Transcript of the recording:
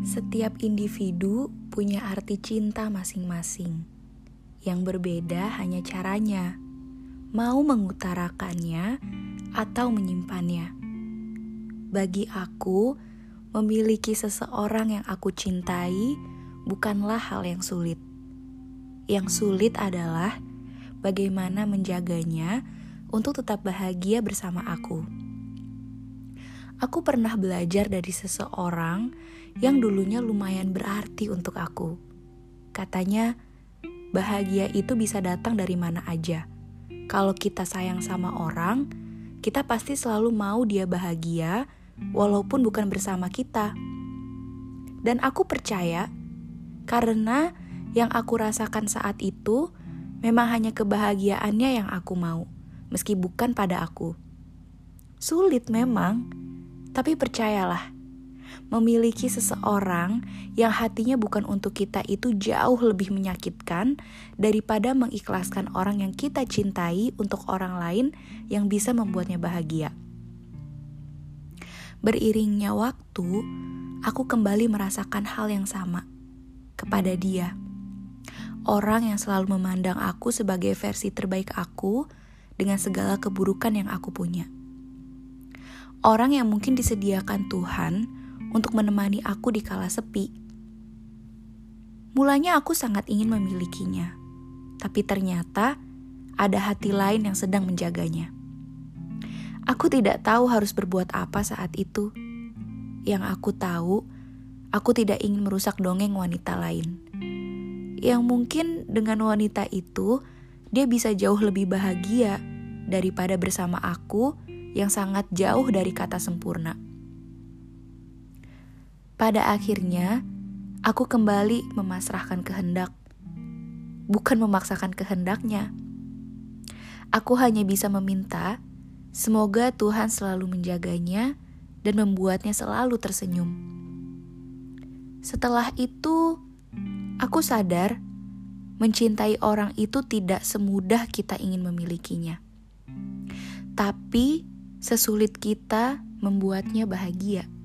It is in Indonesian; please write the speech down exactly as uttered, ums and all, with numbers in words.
Setiap individu punya arti cinta masing-masing. Yang berbeda hanya caranya, mau mengutarakannya atau menyimpannya. Bagi aku, memiliki seseorang yang aku cintai bukanlah hal yang sulit. Yang sulit adalah bagaimana menjaganya untuk tetap bahagia bersama aku. Aku pernah belajar dari seseorang yang dulunya lumayan berarti untuk aku. Katanya, bahagia itu bisa datang dari mana aja. Kalau kita sayang sama orang, kita pasti selalu mau dia bahagia, walaupun bukan bersama kita. Dan aku percaya, karena yang aku rasakan saat itu memang hanya kebahagiaannya yang aku mau, meski bukan pada aku. Sulit memang, tapi percayalah, memiliki seseorang yang hatinya bukan untuk kita itu jauh lebih menyakitkan daripada mengikhlaskan orang yang kita cintai untuk orang lain yang bisa membuatnya bahagia. Beriringnya waktu, aku kembali merasakan hal yang sama kepada dia. Orang yang selalu memandang aku sebagai versi terbaik aku dengan segala keburukan yang aku punya. Orang yang mungkin disediakan Tuhan untuk menemani aku di kala sepi. Mulanya aku sangat ingin memilikinya, tapi ternyata ada hati lain yang sedang menjaganya. Aku tidak tahu harus berbuat apa saat itu. Yang aku tahu, aku tidak ingin merusak dongeng wanita lain. Yang mungkin dengan wanita itu, dia bisa jauh lebih bahagia daripada bersama aku yang sangat jauh dari kata sempurna. Pada akhirnya, aku kembali memasrahkan kehendak, bukan memaksakan kehendaknya. Aku hanya bisa meminta, semoga Tuhan selalu menjaganya dan membuatnya selalu tersenyum. Setelah itu, aku sadar mencintai orang itu tidak semudah kita ingin memilikinya. Tapi sesulit kita membuatnya bahagia.